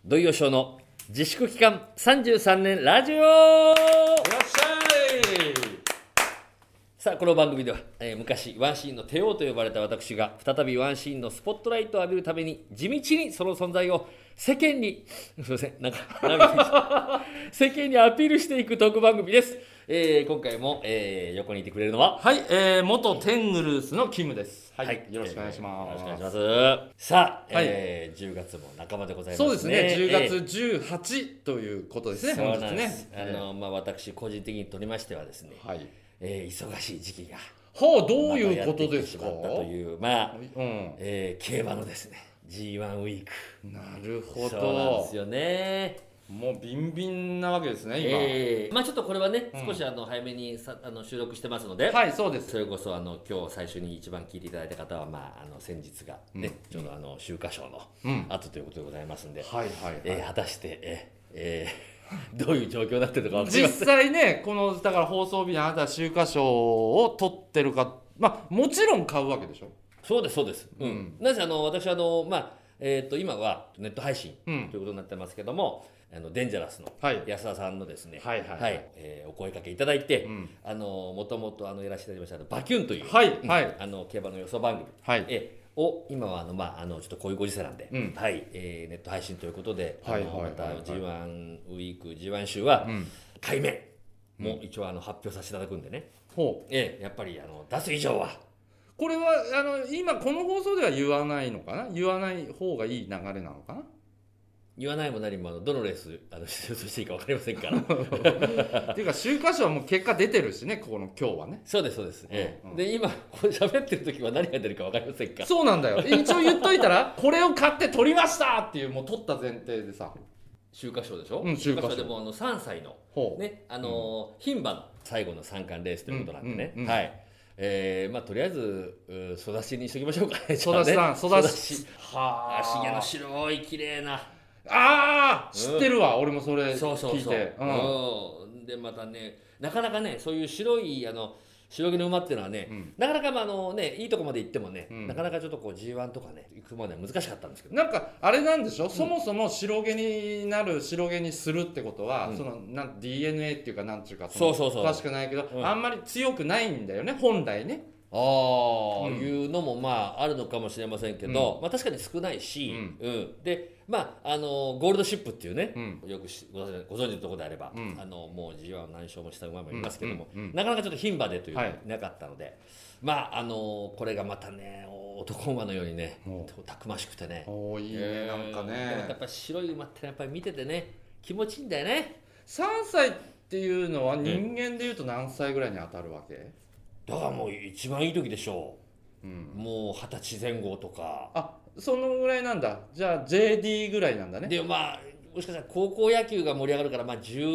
土井善の自粛期間33年ラジオ。 いらっしゃい。 さあこの番組では、昔ワンシーンの帝王と呼ばれた私が再びワンシーンのスポットライトを浴びるために地道にその存在を世間にすいません世間にアピールしていくトーク番組です。今回も、横にいてくれるのははい、元テングルースのキムです。はい、 はい、 よろしくお願いします。 よろしくお願いします。さあ、 はい 10月も半ばでございますね。 そうですね、10月18ということですね、 そう本日ねなんです。私個人的にとりましてはですね、 はい。 忙しい時期がはあ、どういうことですか。 またやってきてしまったという、競馬のですね G1 ウィーク。 なるほど。 そうなんですよね。 もうビンビンなわけですね、今。 ちょっとこれはね、少し早めに収録してますので、 はい、そうです。 それこそ今日最初に一番聞いていただいた方は、先日がね、ちょうど秋華賞の後ということでございますんで、 はいはいはい。 果たしてどういう状況になってるのか分かりません。 実際ね、このだから放送日にあなたは秋華賞を取ってるか、もちろん買うわけでしょ。 そうですそうです、なぜ私今はネット配信ということになってますけども、デンジャラスの安田さんのですね、お声かけいただいて、もともとやらせていただきましたバキュンという、競馬の予想番組、を今はちょっとこういうご時世なんで、ネット配信ということで、また G1 ウィーク G1 週は改名も一応発表させていただくんでね、やっぱり出す以上はこれは今この放送では言わないのかな、言わない方がいい流れなのかな。 言わないも何もどのレース出場していいか分かりませんからっていうか秋華賞はもう結果出てるしね、今日はね。 そうですそうです、で今これ喋ってる時は何が出るか分かりませんか。 そうなんだよ。一応言っといたらこれを買って取りましたっていう、もう取った前提でさ。 秋華賞でしょ。 秋華賞でも3歳のね、牝馬の最後の三冠レースということなんでね、とりあえず育ちにしときましょうかね。 育ちさん、育ち。 はあ、ひげの白い綺麗な。 知ってるわ、俺もそれ聞いて。 そうでまたね、なかなかねそういう白い白毛の馬っていうのはね、なかなかいいとこまで行ってもね、なかなかちょっとこう G1 とかね行くまでは難しかったんですけど、 なんかあれなんでしょ、そもそも白毛になる、白毛にするってことは、そのDNA っていうかなんていうか、詳しくないけど、あんまり強くないんだよね、本来ね。 いうのもあるのかもしれませんけど、確かに少ないし、でゴールドシップっていうね、よくご存知のところであれば、もう G1 何勝もした馬もいますけども、なかなかちょっと牝馬でというのがいなかったので、これがまたね男馬のようにねたくましくてね、 いいね、なんかね。 やっぱり白い馬ってやっぱり見ててね気持ちいいんだよね。 3歳っていうのは人間でいうと何歳ぐらいに当たるわけ？ だからもう一番いい時でしょう、もう20歳前後とか。 そのぐらいなんだ。じゃあ JD ぐらいなんだね。 でももしかしたら高校野球が盛り上がるから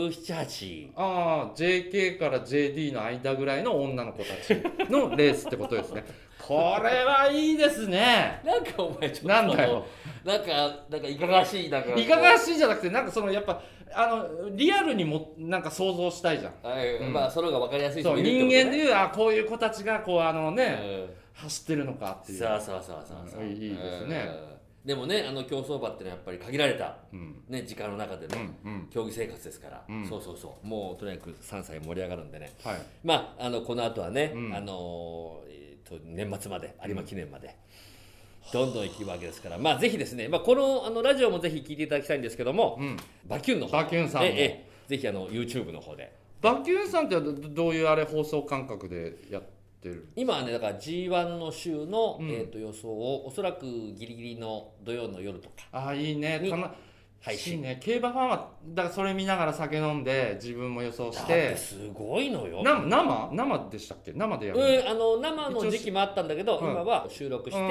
17、8。 JK から JD の間ぐらいの女の子たちのレースってことですね。これはいいですね。 なんかお前ちょっとなんだよ。 なんかいかがわしい、 いかがわしいじゃなくて、なんかやっぱリアルにもなんか想像したいじゃん。 それが分かりやすい人間でいうこういう子たちがこう走ってるのかっていう。 そういいですね。 でもね競走馬ってのはやっぱり限られた、時間の中での競技生活ですから、そうもうとにかく3歳盛り上がるんでね、この後はね、年末まで有馬記念まで、どんどん行くわけですから、ぜひですね、このラジオもぜひ聞いていただきたいんですけども、バキュンの方、 バキュンさんもぜひYouTube の方で。 バキュンさんってどういう放送感覚でやってる？ 今はねだから G1 の週の、予想をおそらくギリギリの土曜の夜とか。 いいね。配信ね。競馬ファンはだからそれ見ながら酒飲んで自分も予想して。 だってすごいのよ。 生でしたっけ？生でやるの？生の時期もあったんだけど、今は収録して、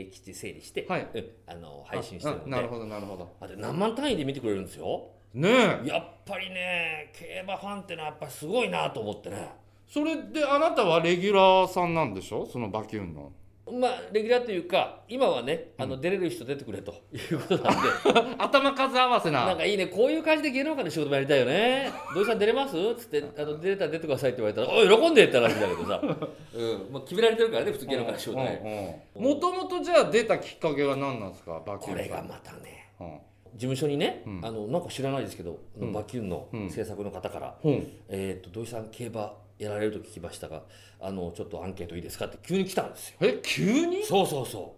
きっちり整理して、配信してるので。 なるほどなるほど。 何万単位で見てくれるんですよ。 ねえ。 やっぱりね競馬ファンってのはやっぱりすごいなと思ってね。 それであなたはレギュラーさんなんでしょ？そのバキュンの。 レギュラーというか今はね出れる人出てくれということなんで頭数合わせな。 なんかいいね、こういう感じで芸能界の仕事もやりたいよね。土井さん出れます？つって出れたら出てくださいって言われたらおい喜んでって話だけどさ、決められてるからね普通芸能界の仕事ね。 もともとじゃあ出たきっかけは何なんですか？バキュンさん。 これがまたね、 事務所にね、なんか知らないですけど、バキュンの制作の方から、土井さん競馬やられると聞きましたが、ちょっとアンケートいいですかって急に来たんですよ。 急に？ そうそうそう。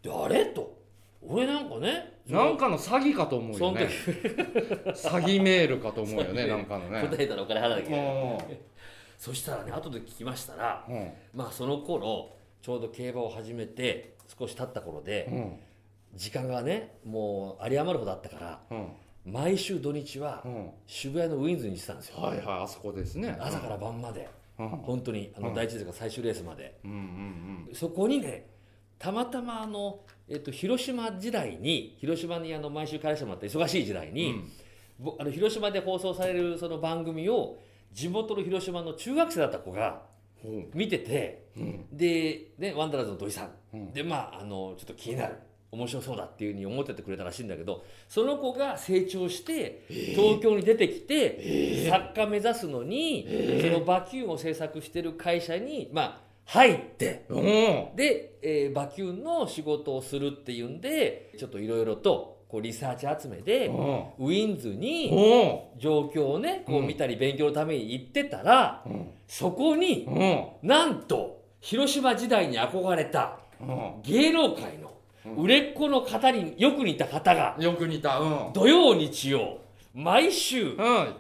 で、あれと。俺なんかね、 なんかの詐欺かと思うよね。詐欺メールかと思うよね、なんかのね。 答えたらお金払わなきゃいけない。そしたらね、後で聞きましたら、まあその頃ちょうど競馬を始めて少し経った頃で、時間がねもう有り余るほどあったから、毎週土日は渋谷のウィンズにしてたんですよ。 はいはい、あそこですね。 朝から晩まで、本当に第一節が最終レースまで、そこにねたまたま広島時代に、広島に毎週帰らせてもらった忙しい時代に、広島で放送されるその番組を地元の広島の中学生だった子が見てて、で、ね、ワンダラーズの土井さん、でちょっと気になる、面白そうだっていう風に思っててくれたらしいんだけど、その子が成長して東京に出てきて、作家目指すのに、そのバキュンを制作してる会社に入って、で、バキュンの仕事をするっていうんで、ちょっといろいろとこうリサーチ集めで、ウィンズに状況をねこう見たり勉強のために行ってたら、そこに、なんと広島時代に憧れた芸能界の売れっ子の方によく似た方が、土曜日曜毎週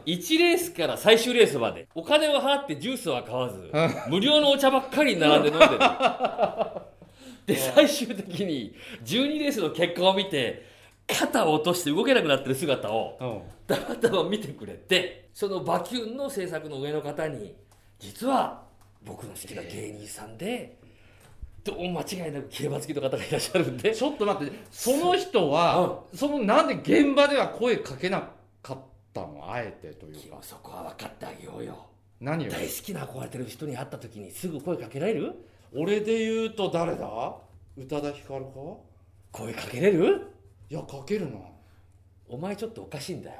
1レースから最終レースまでお金を払ってジュースは買わず、無料のお茶ばっかり並んで飲んでるで、最終的に12レースの結果を見て肩を落として動けなくなってる姿をたまたま見てくれて、そのバキュンの制作の上の方に、実は僕の好きな芸人さんでどう間違いなく競馬好きの方がいらっしゃるんで。 ちょっと待って、その人は、なんで現場では声かけなかったの、あえてというか。 そこは分かってあげようよ。 何を？ 大好きな憧れてる人に会った時にすぐ声かけられる？ 俺で言うと誰だ？宇多田ヒカルか？ 声かけれる？ いや、かけるな。 お前ちょっとおかしいんだよ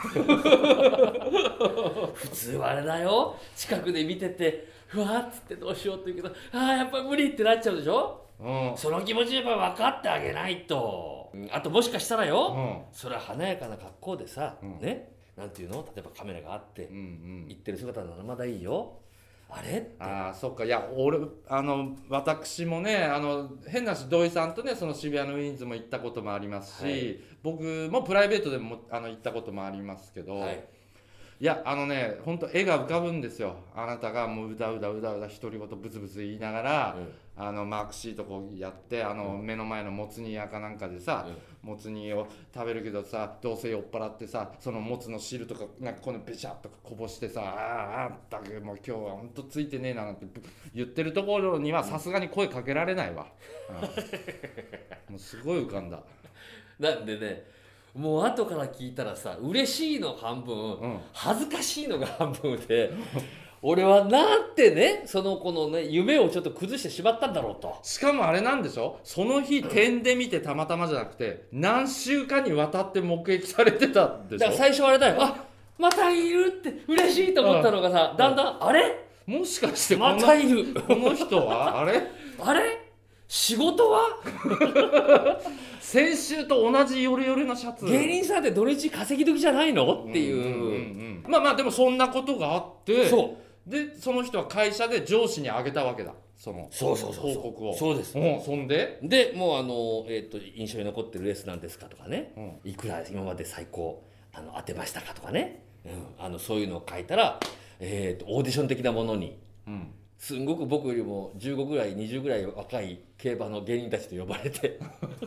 普通はあれだよ、近くで見ててふわっつってどうしようって言うけど、やっぱり無理ってなっちゃうでしょ。その気持ちやっぱ分かってあげないと。あともしかしたらよ、それは華やかな格好でさ、ね、なんていうの、例えばカメラがあって、行ってる姿ならまだいいよ。あれって。 そっか。いや、私もね、変なし土井さんとね、その渋谷のウィンズも行ったこともありますし、僕もプライベートでも行ったこともありますけど、いや、本当絵が浮かぶんですよ。あなたがもううだうだ独り言ブツブツ言いながら、マークシートこうやって、目の前のもつ煮屋かなんかでさ、もつ煮を食べるけどさ、どうせ酔っ払ってさ、そのもつの汁とかなんかこのベシャッとかこぼしてさ、だけどもう今日は本当ついてねえななんて言ってるところにはさすがに声かけられないわ。もうすごい浮かんだ。 なんでね、もう後から聞いたらさ、嬉しいの半分、恥ずかしいのが半分で俺はなんてね、その子のね夢をちょっと崩してしまったんだろうと。 しかもあれなんでしょ、その日点で見てたまたまじゃなくて何週間にわたって目撃されてたんでしょ。 だから最初あれだよ、またいるって嬉しいと思ったのがさ、だんだんあれもしかしてまたいるこの人はあれ仕事は先週と同じヨレヨレのシャツ。 芸人さんって土日稼ぎ時じゃないのっていう。 まあでもそんなことがあって、でその人は会社で上司にあげたわけだ、その報告を。 そうです。 そんでもう印象に残ってるレースなんですかとかね、いくら今まで最高当てましたかとかね、そういうのを書いたら、オーディション的なものに、すんごく僕よりも15ぐらい20ぐらい若い競馬の芸人たちと呼ばれて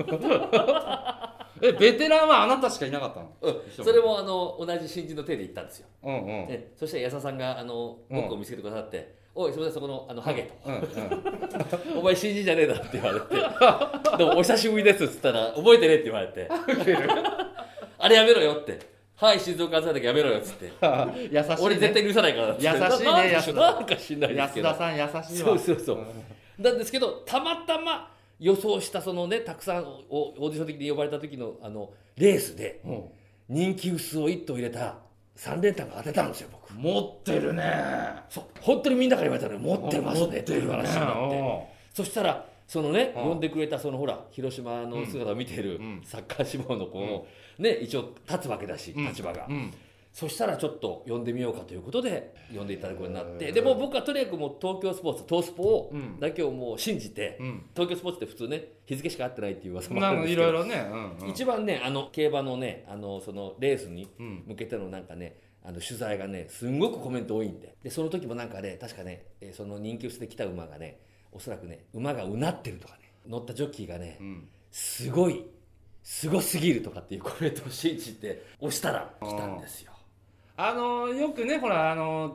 ベテランはあなたしかいなかったの？ それも同じ新人の手で行ったんですよ。そしたら安田さんが僕を見つけてくださって「おいすみません、そこのハゲとお前新人じゃねえだ」って言われて「でもお久しぶりです」っつったら「覚えてね」って言われて「あれやめろよ」って「はい静岡集めたけやめろよ」っつって優しいね、 俺絶対許さないからって優しいね、 なんか知んないですけど、 安田さん優しいわ。 そうなんですけど、たまたま予想したそのね、たくさんオーディション的に呼ばれた時のレースで、人気薄を1頭入れた3連単が当てたんですよ。僕持ってるね。 そう、本当にみんなから言われたのよ、持ってますねっていう話になって、そしたらそのね、呼んでくれたそのほら広島の姿を見てるサッカー志望の子もね、一応立つわけだし、立場が。そしたらちょっと呼んでみようかということで呼んでいただくようになって、でも僕はとにかくもう東京スポーツ東スポをだけをもう信じて、東京スポーツって普通ね日付しか合ってないっていう噂もあるんですけど、いろいろね、一番ね競馬のねそのレースに向けてのなんかね取材がねすんごくコメント多いんで、その時もなんかね確かねその人気薄で来た馬がねおそらくね馬がうなってるとかね乗ったジョッキーがね、すごすぎるとかっていうコメントを信じて押したら来たんですよ。 よくねほら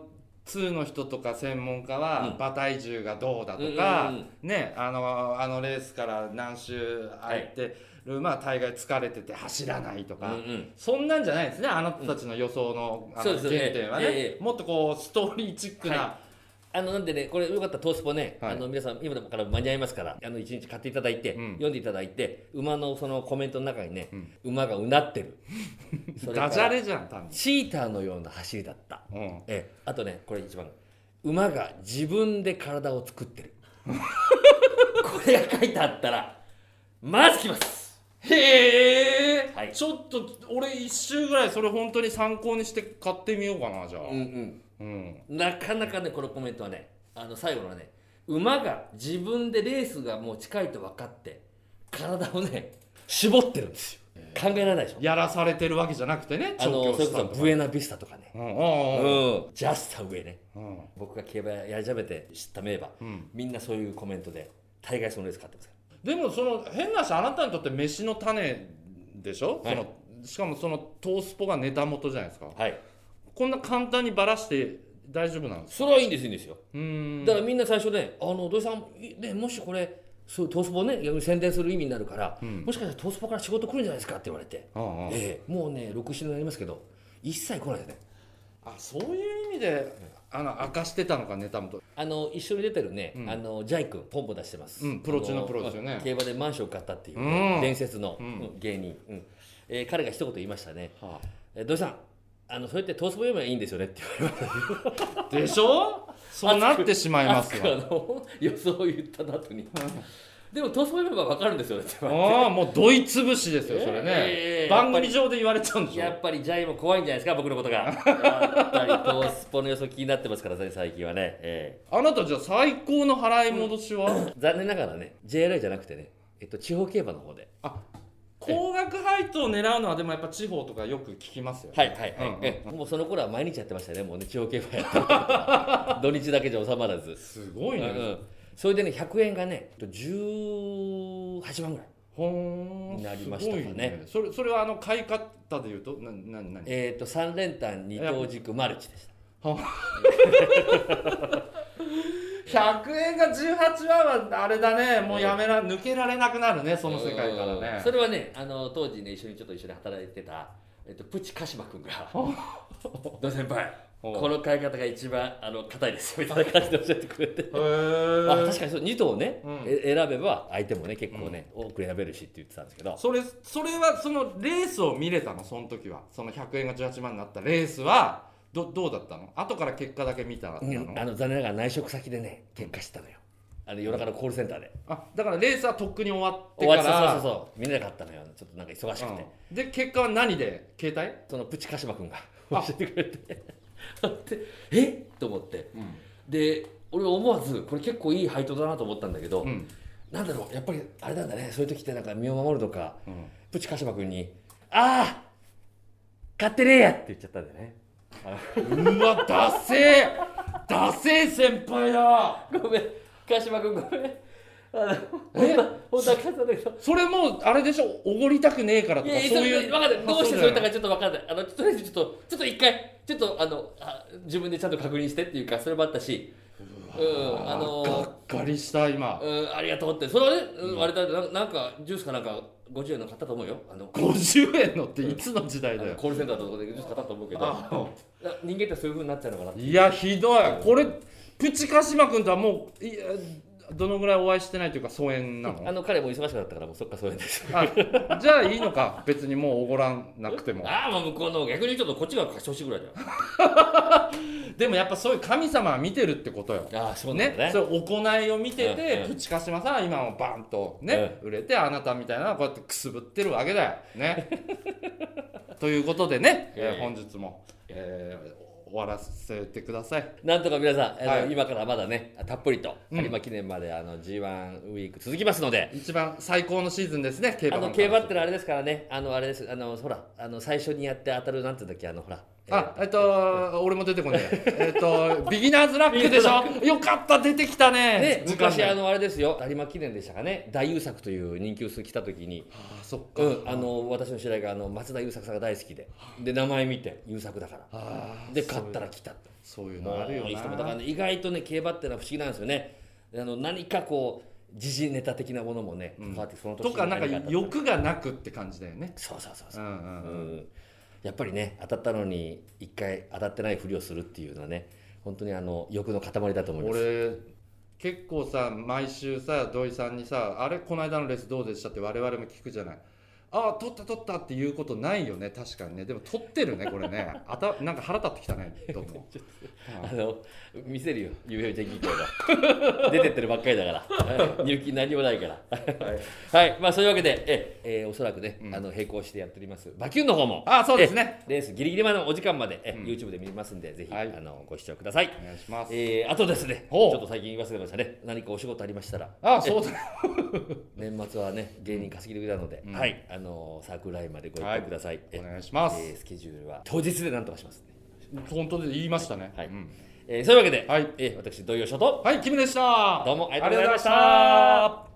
2の人とか専門家は馬体重がどうだとか、ねレースから何周空いてる馬は大概疲れてて走らないとか、そんなんじゃないですねあなたたちの予想の原点はね、もっとこうストーリーチックな、 なんでねこれよかったら東スポね、皆さん今から間に合いますから1日買っていただいて、読んでいただいて馬のそのコメントの中にね、馬がうなってるダジャレじゃん多分チーターのような走りだった、あとねこれ一番馬が自分で体を作ってるこれが書いてあったらまず来ます。 へえ、ちょっと俺一周ぐらいそれ本当に参考にして買ってみようかなじゃあ。 なかなかねこのコメントはね最後のね馬が自分でレースがもう近いと分かって体をね絞ってるんですよ。考えられないでしょ。 やらされてるわけじゃなくてね、 それこそブエナビスタとかね、ジャスタ上ね、僕が競馬やり始めて知った名馬、みんなそういうコメントで大概そのレース買ってます。 でもその変な話あなたにとって飯の種でしょ、しかもその東スポがネタ元じゃないですか、こんな簡単にばらして大丈夫なんですか。 それはいいんですよ。だからみんな最初ね土井さんねもしこれそう東スポね宣伝する意味になるから、もしかしたら東スポから仕事来るんじゃないですかって言われて、もうね6、7年になりますけど一切来ないですね。 そういう意味で明かしてたのかネタ元。 一緒に出てるね、ジャイ君ポンポ出してます、 プロ中のプロですよね。 競馬でマンションを買ったっていう、伝説の、芸人、彼が一言言いましたね、土井さんそれって東スポ読めばいいんですよねって言われましたでしょそうなってしまいますよ予想を言った後にでも東スポ読めば分かるんですよねって言われて、 もうどいつぶしですよそれね、番組上で言われちゃうんでしょ。 やっぱりジャイも怖いんじゃないですか僕のことがやっぱり東スポの予想気になってますからね最近はね、 あなたじゃあ最高の払い戻しは、 残念ながらね JLI じゃなくてね、地方競馬の方で高額配当を狙うのはでもやっぱ地方とかよく聞きますよね。もうその頃は毎日やってましたね。もうね地方競馬やって土日だけじゃ収まらず。 すごいね。 それでね100円がね18万ぐらいになりましたかね。 それは買い方でいうと何 3連単2等軸マルチでした。 100円が18万はあれだね、もう抜けられなくなるねその世界からね。 それはね当時ね一緒に働いてたプチ鹿島君が土井先輩この買い方が一番硬いですよみたいな感じでおっしゃってくれて確かにそう2頭ね、選べば相手もね結構ね、多く選べるしって言ってたんですけど、 それはそのレースを見れたのその時は。その100円が18万になったレースはどうだったの。後から結果だけ見たの。 残念ながら内職先でね結果してたのよ。夜中のコールセンターで。 だからレースはとっくに終わってからそう見れなかったのよ。ちょっとなんか忙しくて、 で結果は何で携帯そのプチ鹿島君が教えてくれてえっと思って、で俺思わずこれ結構いい配当だなと思ったんだけど、なんだろうやっぱりあれなんだね、そういう時ってなんか身を守るとか、プチ鹿島君に買ってねえやって言っちゃったんだよね。 うわダセー先輩だ。 ごめん鹿島君ごめん。 それもうあれでしょ、おごりたくねえからとかそういう。 分かんない、どうしてそう言ったかちょっと分かんない。とりあえずちょっと一回ちょっと自分でちゃんと確認してっていうか、それもあったし、 がっかりした今。 ありがとうって。それはね、あれだなんかジュースかなんか50円の買ったと思うよ。 50円のっていつの時代だよ。 コールセンターとかでジュース買ったと思うけど、人間ってそういう風になっちゃうのかなって。 いやひどい。これプチ鹿島君とはもうどのぐらいお会いしてないというか疎遠なの？ 彼も忙しくなったからもうそっか疎遠です。 じゃあいいのか、別にもうおごらんなくても。 もう向こうの逆にちょっとこっちが貸してほしいぐらいだよ。 でもやっぱそういう神様は見てるってことよ。 そうなんだね。 そういう行いを見てて、プチカシマさんは今もバンとね、売れて、あなたみたいなのはこうやってくすぶってるわけだよね。ということでね、本日も、終わらせてください。 なんとか皆さん、今からまだねたっぷりと有馬記念までG1 ウィーク続きますので、 一番最高のシーズンですね。 競馬ってのはあれですからね、あれです、ほら最初にやって当たるなんていうんだっけ、ほら俺も出てこねえ。ビギナーズラックでしょ。よかった、出てきたね。 昔あれですよ、有馬記念でしたかね、大優作という人気薄来た時に、 そっか、 私の知り合いが松田優作さんが大好きで、名前見て優作だからで買ったら来たと。 そういうのあるよな。 いい人もだからね、意外とね競馬ってのは不思議なんですよね。何かこう時事ネタ的なものもね変わって、その年とかなんか欲がなくって感じだよね。 そうやっぱりね、当たったのに一回当たってないふりをするっていうのはね、本当に欲の塊だと思います。 俺結構さ、毎週さ土井さんにさ、あれこの間のレースどうでしたって我々も聞くじゃない。取ったっていうことないよね、確かにね。でも取ってるね、これね。なんか腹立ってきたね、どうも。 見せるよ、夢見天気が出てってるばっかりだから入金何もないからはい、まあそういうわけでおそらくね、並行してやっております馬キュンの方もそうですね、 レースギリギリまでのお時間までYouTube で見れますんで、ぜひご視聴ください。 お願いします。 あとですね、ちょっと最近言い忘れましたね、何かお仕事ありましたら、 そうだ年末はね芸人稼ぎでくれたので、はい、サークルラインまでご一報ください。 お願いします。 スケジュールは当日で何とかしますね。本当で言いましたね。 はい。そういうわけで、私土井善と、 キムでした。 どうもありがとうございました。